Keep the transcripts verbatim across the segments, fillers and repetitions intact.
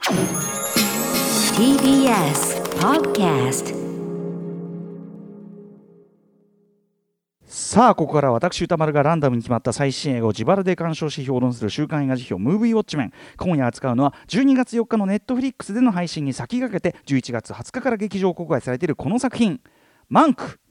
ティービーエス Podcast。 さあここから私歌丸がランダムに決まった最新映画を自腹で鑑賞し評論する週刊映画辞表ムービーウォッチメン。今夜扱うのはじゅうにがつよっかのネットフリックスでの配信に先駆けてじゅういちがつはつかから劇場公開されているこの作品、マンク。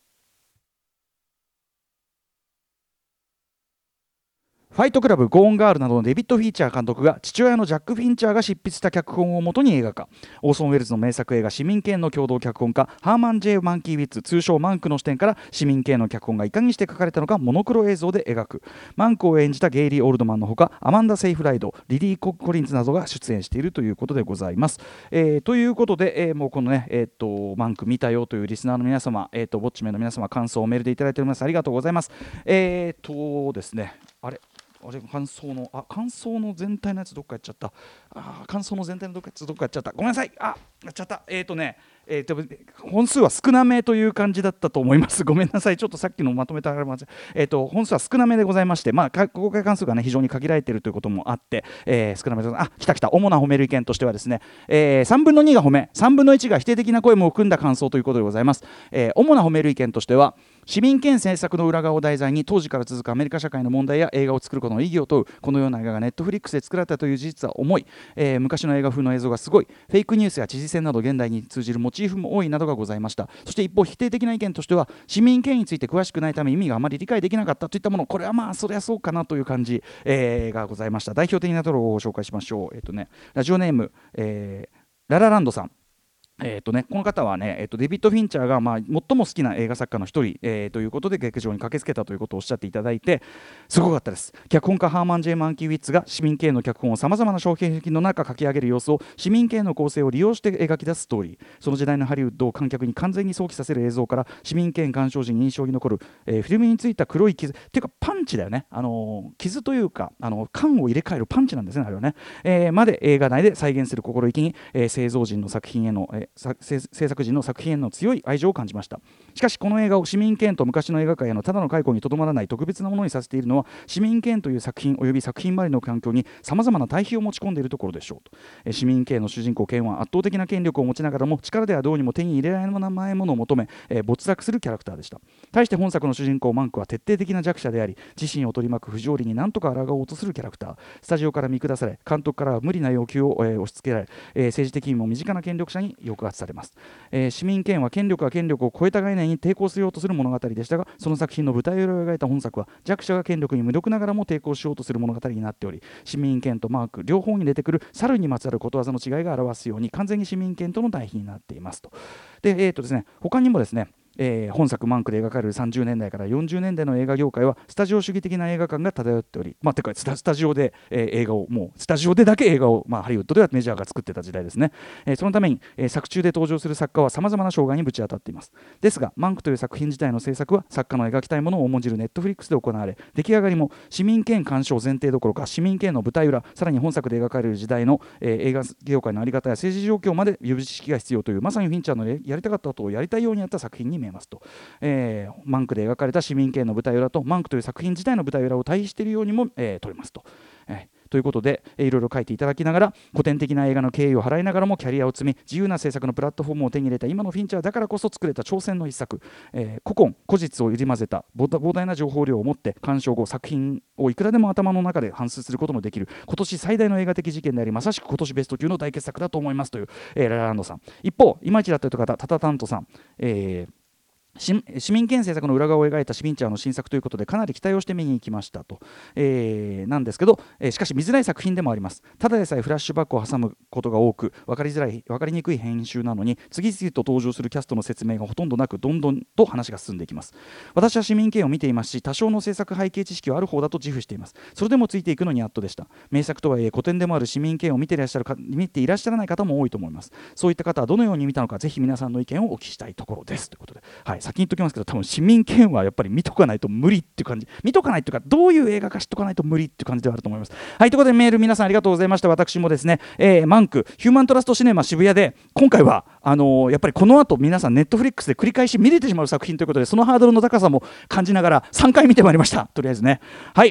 ファイトクラブ、ゴーンガールなどのデビッド・フィーチャー監督が父親のジャック・フィンチャーが執筆した脚本をもとに映画化。オーソン・ウェルズの名作映画市民権の共同脚本家ハーマン・ジェイ・マンキー・ウィッツ、通称マンクの視点から市民権の脚本がいかにして書かれたのかモノクロ映像で描く。マンクを演じたゲイリー・オールドマンのほかアマンダ・セイフライド、リリー・コリンズなどが出演しているということでございます。えー、ということで、えー、もうこのね、えー、とマンク見たよというリスナーの皆様、えー、とウォッチメンの皆様、感想をメールでいただいております。ありがとうございます。えーとですねあれあれ感想のあ感想の全体のやつどっかやっちゃった。あ感想の全体のどっかやつどっかやっちゃった。ごめんなさい。あやっちゃった。えーとねえー、と本数は少なめという感じだったと思います。ごめんなさい。ちょっとさっきのまとめたら、えー、と本数は少なめでございまして、まあ、公開関数が、ね、非常に限られているということもあって、えー、少なめであ来た来た主な褒める意見としてはですね、えー、さんぶんのにが褒め、さんぶんのいちが否定的な声も含んだ感想ということでございます。えー、主な褒める意見としては、市民権政策の裏側を題材に当時から続くアメリカ社会の問題や映画を作ることの意義を問う。このような映画がネットフリックスで作られたという事実は重い、えー、昔の映画風の映像がすごい、フェイクニュースや知事選など現代に通じるモチーフも多いなどがございました。そして一方否定的な意見としては、市民権について詳しくないため意味があまり理解できなかったといったもの、これはまあそりゃそうかなという感じ、えー、がございました。代表的なところをご紹介しましょう。えっとね、ラジオネーム、えー、ララランドさん。えーとね、この方は、ねえーと、デビッド・フィンチャーが、まあ、最も好きな映画作家の一人、えー、ということで劇場に駆けつけたということをおっしゃっていただいて、すごかったです。脚本家ハーマン・ジェイ・マンキー・ウィッツが市民権の脚本をさまざまな障壁の中書き上げる様子を市民権の構成を利用して描き出すストーリー。その時代のハリウッドを観客に完全に想起させる映像から市民権鑑賞時に印象に残る、えー、フィルムについた黒い傷っていうかパンチだよね、あのー、傷というか、あのー、缶を入れ替えるパンチなんですね、あれはね、えー、まで映画内で再現する心意気に、えー、製造人の作品への、えー、制作人の作品への強い愛情を感じました。しかしこの映画を市民権と昔の映画界へのただの解雇にとどまらない特別なものにさせているのは、市民権という作品及び作品周りの環境にさまざまな対比を持ち込んでいるところでしょうと。え市民権の主人公ケンは圧倒的な権力を持ちながらも力ではどうにも手に入れられないものを求め、えー、没落するキャラクターでした。対して本作の主人公マンクは徹底的な弱者であり、自身を取り巻く不条理に何とか抗おうとするキャラクター。スタジオから見下され、監督からは無理な要求を、えー、押し付けられ、えー、政治的にも身近な権力者に抑圧されます。えー、市民権は権力が権力を超えた概念に抵抗しようとする物語でしたが、その作品の舞台裏を描いた本作は弱者が権力に無力ながらも抵抗しようとする物語になっており、市民権とマーク両方に出てくる猿にまつわることわざの違いが表すように完全に市民権との対比になっていますと。で、えーとですね、他にもですね、えー、本作マンクで描かれるさんじゅうねんだいからよんじゅうねんだいの映画業界はスタジオ主義的な映画館が漂っており、まあ、てかス タ, スタジオで、えー、映画をもうスタジオでだけ映画を、まあ、ハリウッドではメジャーが作ってた時代ですね。えー、そのために、えー、作中で登場する作家はさまざまな障害にぶち当たっています。ですがマンクという作品自体の制作は作家の描きたいものを重んじるネットフリックスで行われ、出来上がりも市民権鑑賞前提どころか市民権の舞台裏、さらに本作で描かれる時代の、えー、映画業界の在り方や政治状況まで予備知識が必要という、まさにフィンチャーのやりたかったことをやりたいようにやった作品に見えますと。えー、マンクで描かれた市民権の舞台裏とマンクという作品自体の舞台裏を対比しているようにも、えー、取れますと。えーということで、えー、いろいろ書いていただきながら、古典的な映画の敬意を払いながらもキャリアを積み、自由な制作のプラットフォームを手に入れた今のフィンチャーだからこそ作れた挑戦の一作、えー、古今古実を入り混ぜた膨大な情報量を持って鑑賞後作品をいくらでも頭の中で反芻することのできる今年最大の映画的事件であり、まさしく今年ベスト級の大傑作だと思いますという、えー、ララランドさん。一方いまいちだったという方、タタタントさん、えー市民権政策の裏側を描いたシミンチャーの新作ということでかなり期待をして見に行きましたと、えー、なんですけど、えー、しかし見づらい作品でもあります。ただでさえフラッシュバックを挟むことが多く分かりづらい分かりにくい編集なのに、次々と登場するキャストの説明がほとんどなく、どんどんと話が進んでいきます。私は市民権を見ていますし、多少の制作背景知識はある方だと自負しています。それでもついていくのにやっとでした。名作とはいえ古典でもある市民権を見ていらっしゃるか見ていらっしゃらない方も多いと思います。そういった方はどのように見たのか、ぜひ皆さんの意見をお聞きしたいところですということで、はい、先に言っときますけど、多分市民権はやっぱり見とかないと無理っていう感じ、見とかないというかどういう映画か知っとかないと無理っていう感じではあると思います。はい、ということでメール皆さんありがとうございました。私もですね、えー、マンクヒューマントラストシネマ渋谷で今回はあのー、やっぱりこの後皆さんネットフリックスで繰り返し見れてしまう作品ということで、そのハードルの高さも感じながらさんかい見てまいりました。とりあえずね、はい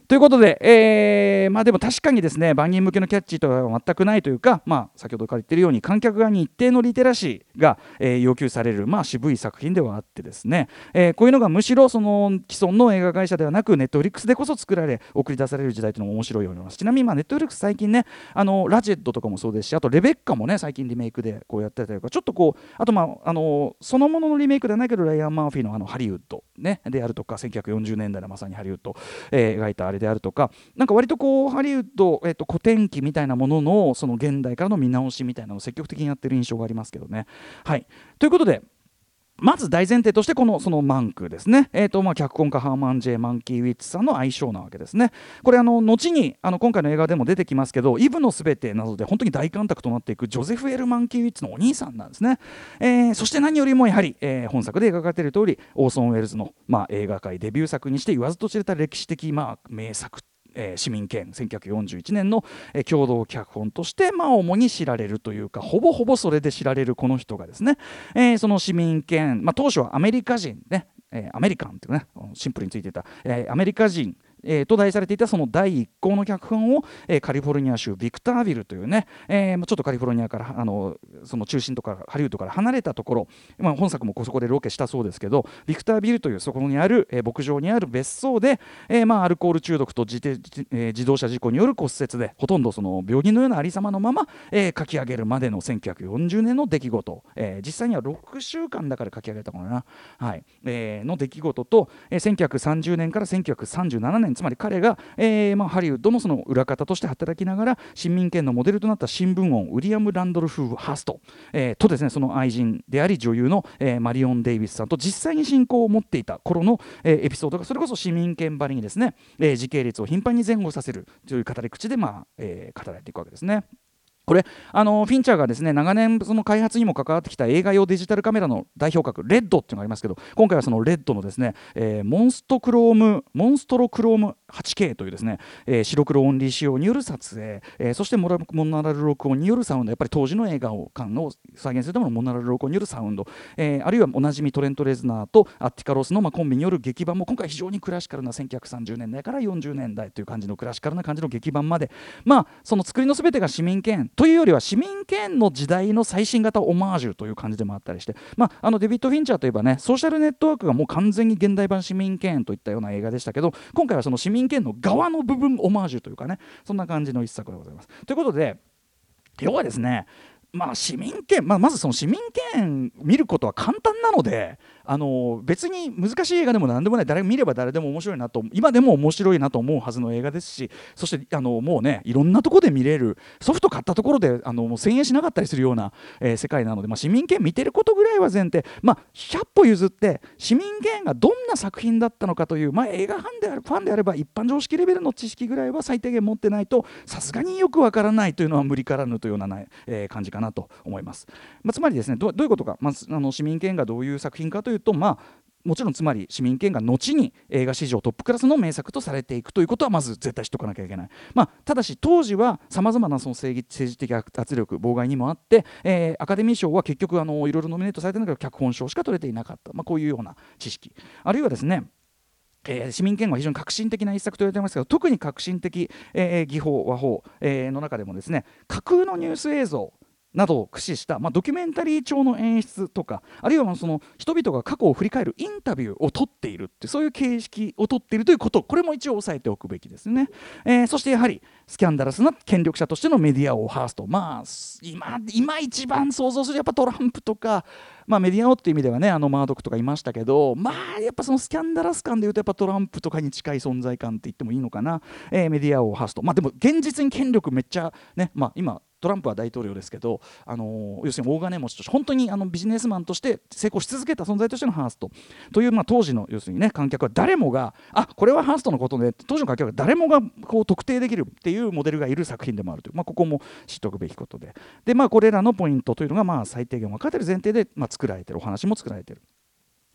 ということで、えーまあ、でも確かにですね万人向けのキャッチーとは全くないというか、まあ、先ほどから言っているように観客側に一定のリテラシーが、えー要求される、まあ、渋い作品ではあってですね、えーこういうのがむしろその既存の映画会社ではなくネットフリックスでこそ作られ送り出される時代というのも面白いように思います。ちなみにネットフリックス最近ねあのラジェットとかもそうですし、あとレベッカもね最近リメイクでこうやってたりとか、ちょっとこうあとまああのそのもののリメイクではないけどライアン・マーフィーのあのハリウッド、ね、であるとかせんきゅうひゃくよんじゅうねんだいのまさにハリウッド、えー描いたあれであるとか、なんか割とこうハリウッド、えー、と古典記みたいなもののその現代からの見直しみたいなのを積極的にやってる印象がありますけどね。はいということでまず大前提としてこのそのマンクですね、えーとまあ、脚本家ハーマン・ジェイ・マンキー・ウィッツさんの愛称なわけですね。これあの後にあの今回の映画でも出てきますけど、イブのすべてなどで本当に大監督となっていくジョゼフ・エル・マンキー・ウィッツのお兄さんなんですね。えー、そして何よりもやはり、えー本作で描かれている通りオーソン・ウェルズの、まあ、映画界デビュー作にして言わずと知れた歴史的、まあ、名作えー、市民権せんきゅうひゃくよんじゅういちねんの、えー共同脚本として、まあ、主に知られるというかほぼほぼそれで知られるこの人がですね、えーその市民権、まあ、当初はアメリカ人ね、えーアメリカンっていうねシンプルについていた、えーアメリカ人えーと題されていたそのだいいっ項の脚本を、えーカリフォルニア州ビクタービルというね、えーちょっとカリフォルニアからあのその中心とかハリウッドから離れたところ、まあ、本作もそこでロケしたそうですけど、ビクタービルというそこにある、えー牧場にある別荘で、えーまあ、アルコール中毒と自転、えー自動車事故による骨折でほとんどその病人のようなありさまのまま、えー書き上げるまでのせんきゅうひゃくよんじゅうねんの出来事、えー実際にはろくしゅうかんだから書き上げたかな、はいえーの出来事と、えーせんきゅうひゃくさんじゅうねんからせんきゅうひゃくさんじゅうななねん、つまり彼がえーまあ、ハリウッドのその裏方として働きながら市民権のモデルとなった新聞王ウィリアム・ランドルフ・ハースト、えー、とですねその愛人であり女優の、えーマリオン・デイビスさんと実際に親交を持っていた頃の、えーエピソードがそれこそ市民権ばりにですね、えー時系列を頻繁に前後させるという語り口で、まあえー語られていくわけですね。これあのフィンチャーがですね長年その開発にも関わってきた映画用デジタルカメラの代表格レッドっていうのがありますけど、今回はそのレッドのですね、えーモンストクロームモンストロクローム はちケー というですね、えー白黒オンリー仕様による撮影、えーそしてモラモナラル録音によるサウンド、やっぱり当時の映画を感を再現するためのモナラル録音によるサウンド、えーあるいはおなじみトレント・レズナーとアッティカ・ロスの、まあ、コンビによる劇版も今回非常にクラシカルなせんきゅうひゃくさんじゅうねんだいからよんじゅうねんだいという感じのクラシカルな感じの劇版まで、まあその作りの全てが市民権というよりは市民権の時代の最新型オマージュという感じでもあったりして、まあ、あのデビッド・フィンチャーといえばねソーシャルネットワークがもう完全に現代版市民権といったような映画でしたけど、今回はその市民権の側の部分オマージュというかね、そんな感じの一作でございます。ということで要はですね、まあ、市民権、まあ、まずその市民権見ることは簡単なので、あの別に難しい映画でも何でもない、誰見れば誰でも面白いなと、今でも面白いなと思うはずの映画ですし、そしてあのもうねいろんなところで見れる、ソフト買ったところであのもうせんえんしなかったりするような、えー世界なので、まあ、市民権見てることぐらいは前提、まあ、ひゃっぽ譲って市民権がどんな作品だったのかという、まあ、映画ファンであるファンであれば一般常識レベルの知識ぐらいは最低限持ってないとさすがによくわからないというのは無理からぬというような、ねえー感じかなと思います。まあ、つまりですね ど, どういうことか、まあ、あの市民権がどういう作品かというと、まあもちろんつまり市民権が後に映画史上トップクラスの名作とされていくということはまず絶対知っておかなきゃいけない、まあ、ただし当時はさまざまなその政治政治的圧力妨害にもあって、えー、アカデミー賞は結局あのいろいろノミネートされてるんだけど脚本賞しか取れていなかった、まあ、こういうような知識、あるいはですねえー、市民権は非常に革新的な一作と言われていますけど、特に革新的、えー、技法和法、えー、の中でもですね架空のニュース映像などを駆使した、まあ、ドキュメンタリー調の演出とか、あるいはその人々が過去を振り返るインタビューを取っているってそういう形式を取っているということ、これも一応押さえておくべきですね、えー、そしてやはりスキャンダラスな権力者としてのメディア王ハースト、まあ今今一番想像するやっぱトランプとか、まあ、メディア王っていう意味ではねあのマードックとかいましたけど、まあやっぱそのスキャンダラス感でいうとやっぱトランプとかに近い存在感って言ってもいいのかな、えー、メディア王ハースト、まあでも現実に権力めっちゃね、まあ今トランプは大統領ですけど、あのー、要するに大金持ちとして本当にあのビジネスマンとして成功し続けた存在としてのハーストという、まあ、当時の要するにね観客は誰もがあこれはハーストのことで当時の観客は誰もがこう特定できるっていうモデルがいる作品でもあるという、まあ、ここも知っておくべきことで、で、まあ、これらのポイントというのがまあ最低限分かっている前提で、まあ、作られているお話も作られている。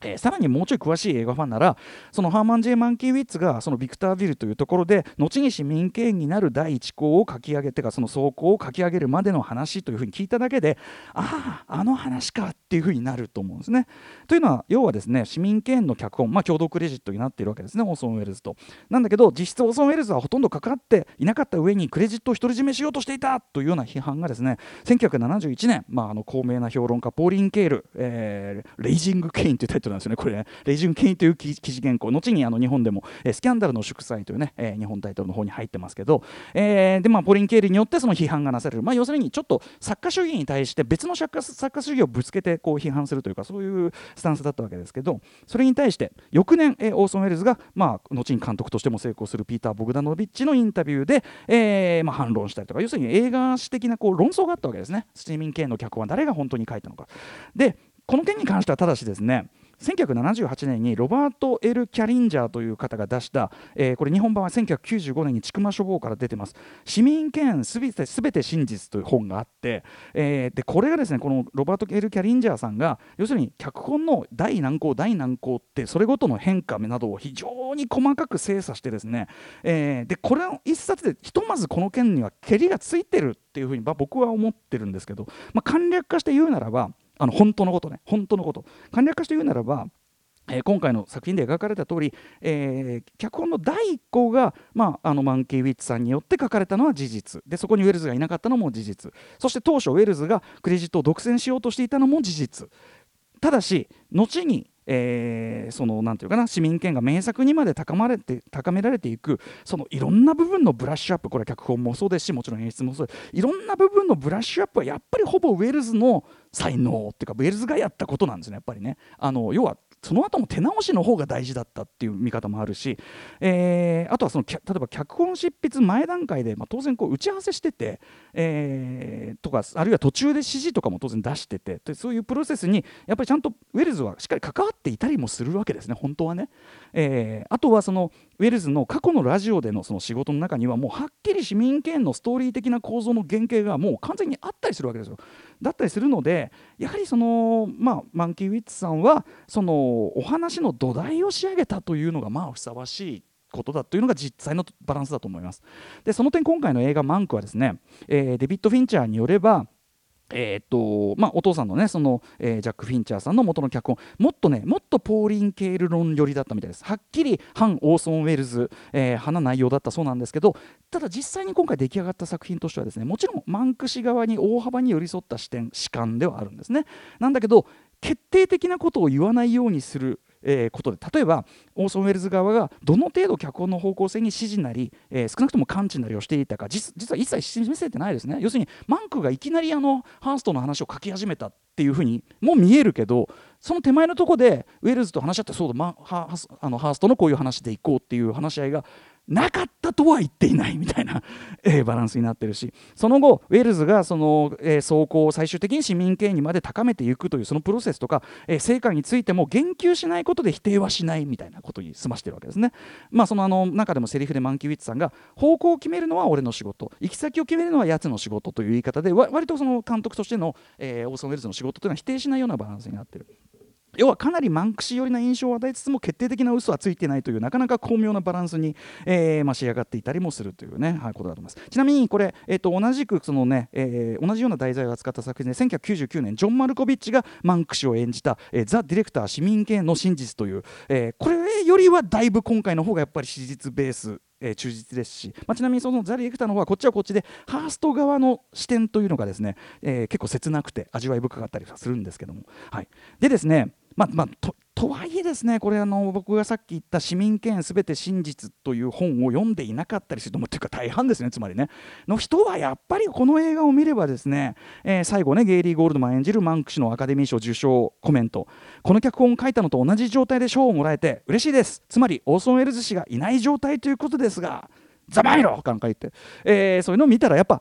えー、さらにもうちょい詳しい映画ファンならそのハーマン・ジェイ・マンキー・ウィッツがそのビクタービルというところで後に市民権になる第一項を書き上げてかその草稿を書き上げるまでの話というふうに聞いただけであああの話かっていうふうになると思うんですね。というのは要はですね市民権の脚本、まあ、共同クレジットになっているわけですねオーソン・ウェルズと。なんだけど実質オーソン・ウェルズはほとんど関わっていなかった上にクレジットを独り占めしようとしていたというような批判がですねせんきゅうひゃくななじゅういちねん、まあ、あの高名な評論家ポーリン・ケール、えー、レイジング・ケインというタイトルなんですよねこれね。レイジング・ケインという記事原稿後にあの日本でも、えー、スキャンダルの祝祭というね、えー、日本タイトルの方に入ってますけど、えーでまあ、ポーリン・ケールによってその批判がなされる、まあ、要するにちょっと作家主義に対して別の作家、作家主義をぶつけてこう批判するというかそういうスタンスだったわけですけどそれに対して翌年、えー、オーソン・ウェルズが、まあ、後に監督としても成功するピーター・ボグダノビッチのインタビューで、えーまあ、反論したりとか要するに映画史的なこう論争があったわけですね。スチーミング系の脚本は誰が本当に書いたのかでこの件に関してはただしですねせんきゅうひゃくななじゅうはちねんにロバート・エル・キャリンジャーという方が出した、えー、これ日本版はせんきゅうひゃくきゅうじゅうごねんに千曲書房から出てます市民権すべてすべて真実という本があって、えー、でこれがですねこのロバート・エル・キャリンジャーさんが要するに脚本の第何項第何項ってそれごとの変化などを非常に細かく精査してですね、えー、でこれの一冊でひとまずこの件にはけりがついてるっていうふうに僕は思ってるんですけど、まあ、簡略化して言うならばあの本当のことね本当のこと簡略化して言うならば、えー、今回の作品で描かれた通り、えー、脚本のだいいっ項が、まあ、あのマンキー・ウィッツさんによって書かれたのは事実でそこにウェルズがいなかったのも事実そして当初ウェルズがクレジットを独占しようとしていたのも事実ただし後にえー、そのなんていうかな市民権が名作にまで高まれて高められていくそのいろんな部分のブラッシュアップこれは脚本もそうですしもちろん演出もそうですいろんな部分のブラッシュアップはやっぱりほぼウェルズの才能っていうかウェルズがやったことなんですねやっぱりねあの要はその後も手直しの方が大事だったっていう見方もあるし、えー、あとはその例えば脚本執筆前段階で、まあ、当然こう打ち合わせしてて、えー、とかあるいは途中で指示とかも当然出しててでそういうプロセスにやっぱりちゃんとウェルズはしっかり関わっていたりもするわけですね本当はね、えー、あとはそのウェルズの過去のラジオでのその仕事の中にはもうはっきり市民権のストーリー的な構造の原型がもう完全にあったりするわけですよだったりするのでやはりその、まあ、マンキー・ウィッツさんはそのお話の土台を仕上げたというのがまあふさわしいことだというのが実際のバランスだと思います。でその点今回の映画マンクはですね、えー、デビッド・フィンチャーによればえーっとまあ、お父さんのねその、えー、ジャック・フィンチャーさんの元の脚本もっとねもっとポーリン・ケール論寄りだったみたいですはっきり反オーソン・ウェルズ、えー、派な内容だったそうなんですけどただ実際に今回出来上がった作品としてはですねもちろんマンク氏側に大幅に寄り添った視点視観ではあるんですねなんだけど決定的なことを言わないようにするえー、ことで例えばオーソン・ウェルズ側がどの程度脚本の方向性に指示なり、えー、少なくとも感知なりをしていたか 実, 実は一切示せてないですね要するにマンクがいきなりあのハーストの話を書き始めたっていうふうにも見えるけどその手前のところでウェルズと話し合ってそうだ、まあ、ハーあのハーストのこういう話でいこうっていう話し合いがなかったとは言っていないみたいな、えー、バランスになってるしその後ウェルズがその、えー、走行を最終的に市民権にまで高めていくというそのプロセスとか、えー、成果についても言及しないことで否定はしないみたいなことに済ましてるわけですね。まあそのあの中でもセリフでマンキー・ウィッツさんが方向を決めるのは俺の仕事行き先を決めるのはやつの仕事という言い方でわ割とその監督としての、えー、オーソン・ウェルズの仕事というのは否定しないようなバランスになってる。要はかなりマンク氏寄りな印象を与えつつも決定的な嘘はついてないというなかなか巧妙なバランスに、えーまあ、仕上がっていたりもするというね、はい、ことだと思います。ちなみにこれ、えー、と同じくその、ねえー、同じような題材を扱った作品でせんきゅうひゃくきゅうじゅうきゅうねんジョン・マルコビッチがマンク氏を演じた、えー、ザ・ディレクター市民権の真実という、えー、これよりはだいぶ今回の方がやっぱり史実ベースえー、忠実ですし、まあ、ちなみにそのザ・ディレクターの方はこっちはこっちでハースト側の視点というのがですね、えー、結構切なくて味わい深かったりするんですけども、はい、でですねまあまあ、と, とはいえですねこれあの僕がさっき言った市民権すべて真実という本を読んでいなかったりすると思うというか大半ですねつまりねの人はやっぱりこの映画を見ればですね、えー、最後ねゲイリー・ゴールドマン演じるマンク氏のアカデミー賞受賞コメントこの脚本を書いたのと同じ状態で賞をもらえて嬉しいですつまりオーソン・ウェルズ氏がいない状態ということですがざまいろなんか言って、えー、そういうのを見たらやっぱあ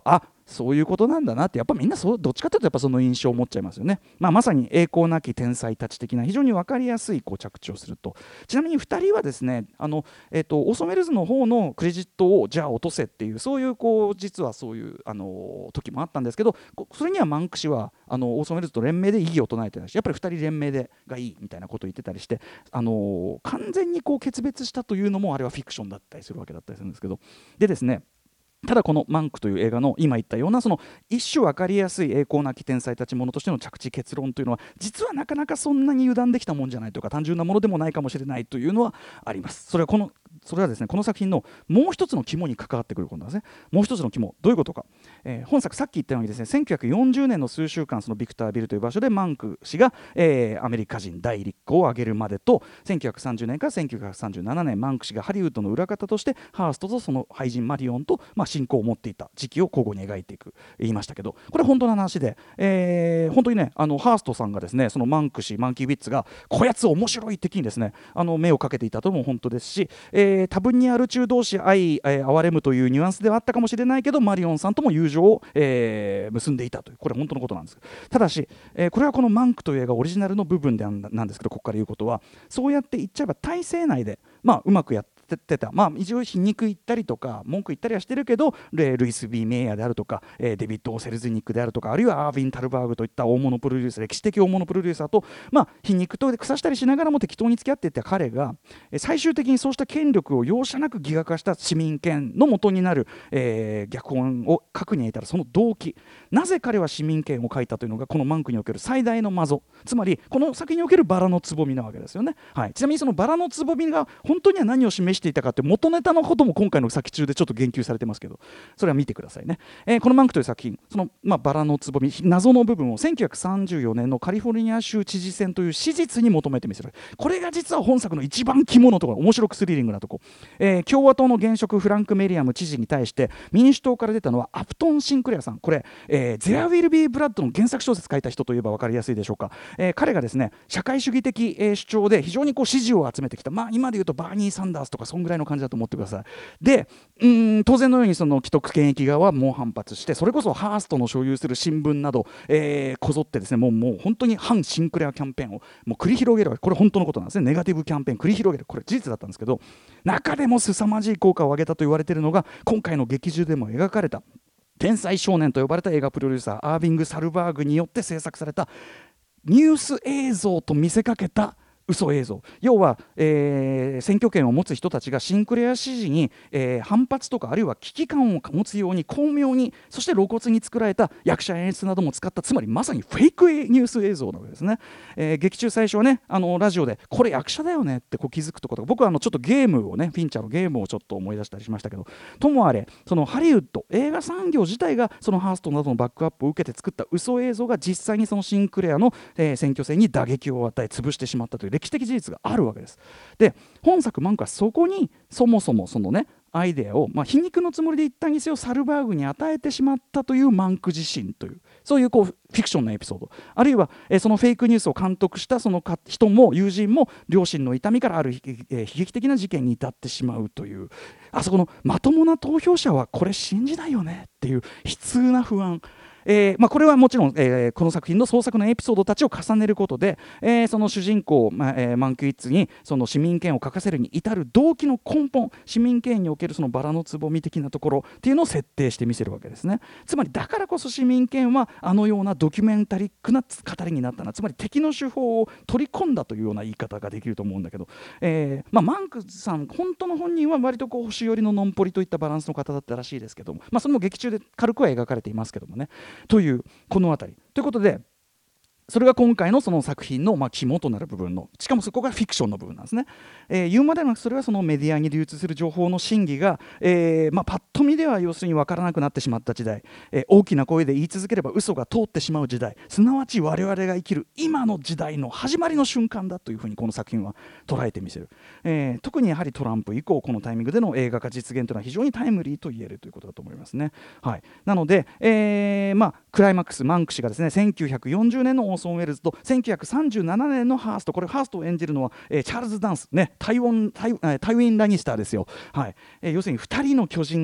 そういうことなんだなって、やっぱみんなそうどっちかというとやっぱその印象を持っちゃいますよね。まあ、まさに栄光なき天才たち的な非常に分かりやすいこう着地をすると。ちなみにふたりはですね、あの、えー、とオーソンウェルズの方のクレジットをじゃあ落とせっていう、そういうこう実はそういうあの時もあったんですけど、それにはマンク氏はあのオーソンウェルズと連名で異議を唱えてたし、やっぱりふたり連名でがいいみたいなことを言ってたりして、あの完全にこう決別したというのもあれはフィクションだったりするわけだったりするんですけど、でですね、ただこのマンクという映画の今言ったようなその一種分かりやすい栄光なき天才たちものとしての着地結論というのは実はなかなかそんなに油断できたもんじゃないというか、単純なものでもないかもしれないというのはあります。それはこのそれはですね、この作品のもう一つの肝に関わってくることなんですね。もう一つの肝、どういうことか、えー、本作さっき言ったようにですね、せんきゅうひゃくよんじゅうねんの数週間、そのビクタービルという場所でマンク氏が、えー、アメリカ人第一号を挙げるまでと、せんきゅうひゃくさんじゅうねんからせんきゅうひゃくさんじゅうななねんマンク氏がハリウッドの裏方としてハーストとその愛人マリオンと、まあ、親交を持っていた時期を交互に描いていく言いましたけど、これ本当の話で、えー、本当にね、あのハーストさんがですね、そのマンク氏マンキー・ビッツがこやつ面白い的にですね、あの目をかけていたとも本当ですし、えー、多分にある中同士愛、えー、憐れむというニュアンスではあったかもしれないけど、マリオンさんとも友情を、えー、結んでいたという、これ本当のことなんです。ただし、えー、これはこのマンクという映画オリジナルの部分でなんですけど、ここから言うことはそうやって言っちゃえば体制内で、まあ、うまくやっててた、まあ、一応皮肉言ったりとか文句言ったりはしてるけど、ルイス・ビー・メイヤーであるとか、えー、デビッド・セルズニックであるとか、あるいはアーヴィン・タルバーグといった大物プロデューサー、歴史的大物プロデューサーと、まあ、皮肉と腐したりしながらも適当に付き合っていった彼が、えー、最終的にそうした権力を容赦なくギガ化した市民権の元になる、えー、脚本を書くに至るその動機、なぜ彼は市民権を書いたというのがこのマンクにおける最大の謎、つまりこの作品におけるバラのつぼみなわけですよね、はい、ちなみにそのバラのつぼみが本当には何を示していたかって元ネタのことも今回の作中でちょっと言及されてますけど、それは見てくださいね、えー、このマンクという作品、その、まあ、バラのつぼみ謎の部分をせんきゅうひゃくさんじゅうよねんのカリフォルニア州知事選という史実に求めてみせる。これが実は本作の一番肝のところ、面白くスリリングなところ、えー、共和党の現職フランク・メリアム知事に対して民主党から出たのはアプトン・シンクレアさん、これ、えー、There Will Be Blood の原作小説書いた人といえば分かりやすいでしょうか、えー、彼がですね社会主義的、えー、主張で非常にこう支持を集めてきた、まあ、今でいうとバーニー・サンダースとかそんぐらいの感じだと思ってください。でうーん当然のようにその既得権益側は猛反発して、それこそハーストの所有する新聞など、えー、こぞってですねもう、もう本当に反シンクレアキャンペーンをもう繰り広げる、これ本当のことなんですね。ネガティブキャンペーン繰り広げる、これ事実だったんですけど、中でも凄まじい効果を上げたと言われているのが今回の劇中でも描かれた天才少年と呼ばれた映画プロデューサーアーヴィング・サルバーグによって制作されたニュース映像と見せかけた嘘映像、要は、えー、選挙権を持つ人たちがシンクレア支持に、えー、反発とかあるいは危機感を持つように巧妙に、そして露骨に作られた役者演出なども使った、つまりまさにフェイクニュース映像なわけですね、えー、劇中最初はねあのラジオでこれ役者だよねってこう気づくところとか、僕はあのちょっとゲームをねフィンチャーのゲームをちょっと思い出したりしましたけど、ともあれそのハリウッド映画産業自体がそのハーストなどのバックアップを受けて作った嘘映像が実際にそのシンクレアの、えー、選挙戦に打撃を与え潰してしまったという歴史的事実があるあるわけです。で本作マンクはそこにそもそもそのねアイデアを、まあ、皮肉のつもりで言ったにせよサルバーグに与えてしまったというマンク自身という、そういうこうフィクションなエピソード、あるいは、えー、そのフェイクニュースを監督したそのか人も友人も両親の痛みからある、えー、悲劇的な事件に至ってしまうという、あそこのまともな投票者はこれ信じないよねっていう悲痛な不安、えーまあ、これはもちろん、えー、この作品の創作のエピソードたちを重ねることで、えー、その主人公、まあえー、マンキー・ウィッツにその市民権を書かせるに至る動機の根本、市民権におけるそのバラのつぼみ的なところっていうのを設定してみせるわけですね。つまりだからこそ市民権はあのようなドキュメンタリックな語りになったな、つまり敵の手法を取り込んだというような言い方ができると思うんだけど、えーまあ、マンクさん本当の本人は割とこう保守寄りのノンポリといったバランスの方だったらしいですけども、まあ、それも劇中で軽くは描かれていますけどもね、というこの辺りということで、それが今回のその作品のまあ肝となる部分の、しかもそこがフィクションの部分なんですね、えー、言うまでもなくそれはそのメディアに流通する情報の真偽が、えーまあ、パッと見では要するに分からなくなってしまった時代、えー、大きな声で言い続ければ嘘が通ってしまう時代、すなわち我々が生きる今の時代の始まりの瞬間だというふうにこの作品は捉えてみせる、えー、特にやはりトランプ以降このタイミングでの映画化実現というのは非常にタイムリーと言えるということだと思いますね、はい、なので、えーまあ、クライマックスマンク氏がですねせんきゅうひゃくよんじゅうねんのオーソン・ウェルズとせんきゅうひゃくさんじゅうななねんのハースト、これハーストを演じるのは、えー、チャールズ・ダンス、ね、タイウォンタイタイウィン・ラニスターですよ、はい、えー、要するにふたりの巨人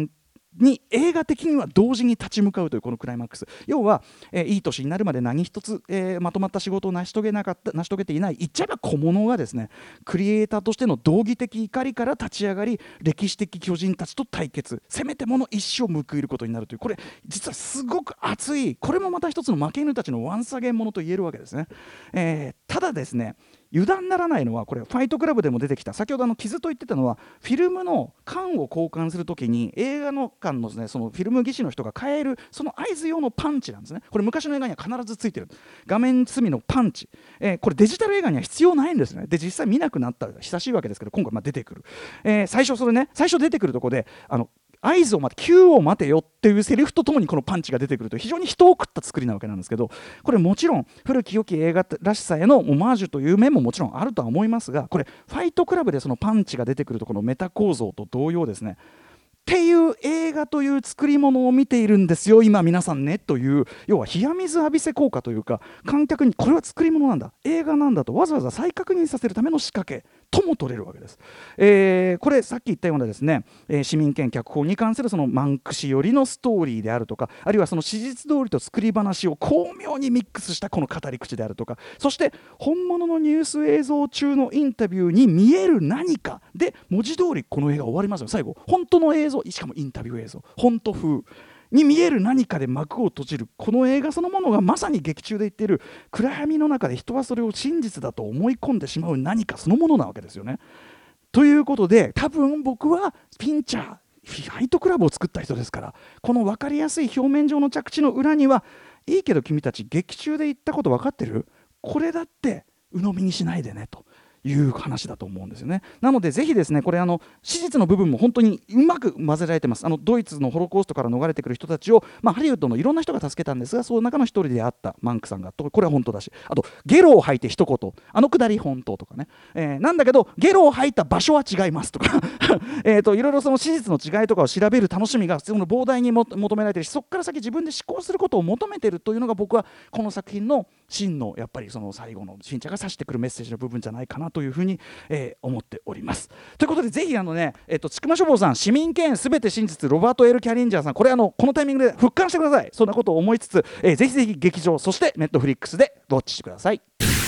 に映画的には同時に立ち向かうというこのクライマックス、要は、えー、いい年になるまで何一つ、えー、まとまった仕事を成し遂げなかった成し遂げていない言っちゃえば小物がですね、クリエイターとしての道義的怒りから立ち上がり、歴史的巨人たちと対決、せめてもの一生を報いることになるという、これ実はすごく熱い、これもまた一つの負け犬たちのワンサゲンものと言えるわけですね。えー、ただですね、油断ならないのは、これファイトクラブでも出てきた、先ほどあの傷と言ってたのは、フィルムの缶を交換するときに映画の館のですね、そのフィルム技師の人が変えるその合図用のパンチなんですね。これ昔の映画には必ずついてる画面隅のパンチ、えー、これデジタル映画には必要ないんですね。で実際見なくなったら久しいわけですけど、今回まあ出てくる、えー、最初それね、最初出てくるところであの合図を待て、キューを待てよっていうセリフとともにこのパンチが出てくるという非常に人を食った作りなわけなんですけど、これもちろん古き良き映画らしさへのオマージュという面ももちろんあるとは思いますが、これファイトクラブでそのパンチが出てくるとこのメタ構造と同様ですね、っていう映画という作り物を見ているんですよ今皆さんねという、要は冷や水浴びせ効果というか、観客にこれは作り物なんだ、映画なんだとわざわざ再確認させるための仕掛けとも取れるわけです。えー、これさっき言ったようなですね、えー、市民権脚本に関するそのマンク氏寄りのストーリーであるとか、あるいはその史実通りと作り話を巧妙にミックスしたこの語り口であるとか、そして本物のニュース映像中のインタビューに見える何かで文字通りこの映画終わりますよ。最後本当の映像、しかもインタビュー映像、本当風に見える何かで幕を閉じるこの映画そのものが、まさに劇中で言っている暗闇の中で人はそれを真実だと思い込んでしまう何かそのものなわけですよね。ということで、多分僕はピンチャーファイトクラブを作った人ですから、この分かりやすい表面上の着地の裏には、いいけど君たち劇中で言ったこと分かってる？これだって鵜呑みにしないでねという話だと思うんですよね。なのでぜひですね、これあの史実の部分も本当にうまく混ぜられてます。あのドイツのホロコーストから逃れてくる人たちを、まあ、ハリウッドのいろんな人が助けたんですが、その中の一人であったマンクさんが、これは本当だし、あとゲロを吐いて一言、あのくだり本当とかね、えー、なんだけどゲロを吐いた場所は違いますとかえといろいろその史実の違いとかを調べる楽しみがその膨大にも求められているし、そこから先自分で思考することを求めているというのが、僕はこの作品の真のやっぱりその最後の新茶が指してくるメッセージの部分じゃないかなというふうに、えー、思っております。ということでぜひあのね、えっと、ちくま書房さん、市民権すべて真実、ロバート・エル・キャリンジャーさん、これあのこのタイミングで復刊してください。そんなことを思いつつ、えー、ぜひぜひ劇場、そしてネットフリックスでウォッチしてください。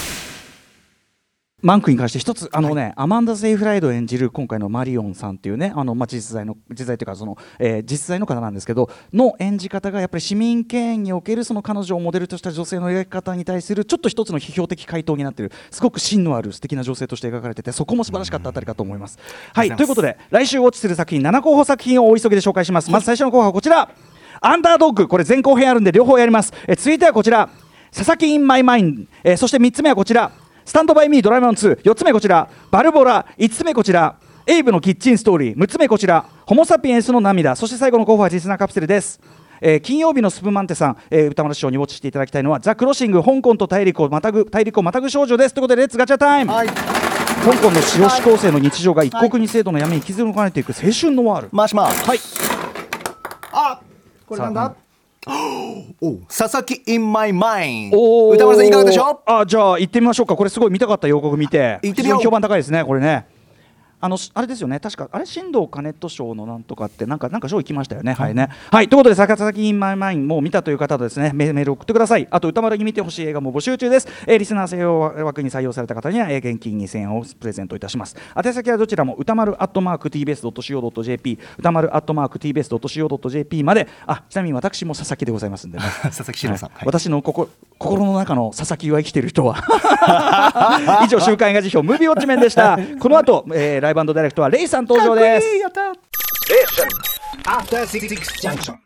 マンクに関して一つ、あのね、はい、アマンダ・セイフライド演じる今回のマリオンさんっていうね、あの、まあ、実在の実在というかその、えー、実在の方なんですけどの演じ方が、やっぱり市民権におけるその彼女をモデルとした女性の描き方に対するちょっと一つの批評的回答になっている、すごく芯のある素敵な女性として描かれてて、そこも素晴らしかったあたりかと思います。はい、ということで来週ウォッチする作品なな候補作品を大急ぎで紹介します。まず最初の候補はこちら、アンダードッグ。これ前後編あるんで両方やります。え続いてはこちら、佐々木インマイマイン、えー、そしてみっつめはこちら、スタンドバイミードラえもんツー、よっつめこちらバルボラ、いつつめこちらエイブのキッチンストーリー、むっつめこちらホモサピエンスの涙、そして最後の候補はリスナーカプセルです。えー、金曜日のスプマンテさん、えー、歌丸師匠にウォッチしていただきたいのはザ・クロッシング、香港と大陸をまたぐ大陸をまたぐ少女です。ということでレッツガチャタイム、はい、香港の女子高生の日常が一国二制度の闇に引きずり込まれていく青春のワール、 マシマはい、 あ、これなんだ、お佐々木 in my mind。 歌丸さんいかがでしょう。 あ、じゃあ行ってみましょうか。これすごい見たかった予告見て、 行ってみよう。 非常に評判高いですねこれね。あのあれですよね、確かあれ新藤兼人賞のなんとかってなんかなんか賞行きましたよね、はいね、はい、ということで佐々木インマイマインもう見たという方はですね、メール送ってください。あと歌丸に見てほしい映画も募集中です。えー、リスナー採用枠に採用された方には現金にせんえんをプレゼントいたします。宛先はどちらも歌丸アットマーク ティービーエスドットシーオードットジェーピー、 歌丸アットマーク ティービーエスドットシーオードットジェーピー まで。あ、ちなみに私も佐々木でございますんで、ね、 佐々木史郎さん、はい、 私のここ心の中の佐々木は生きている人は以上週刊映画辞表ムービーウォッチメンでした。この後、えー、ライブ&ダイレクトはレイさん登場です。 かっこいい、やった。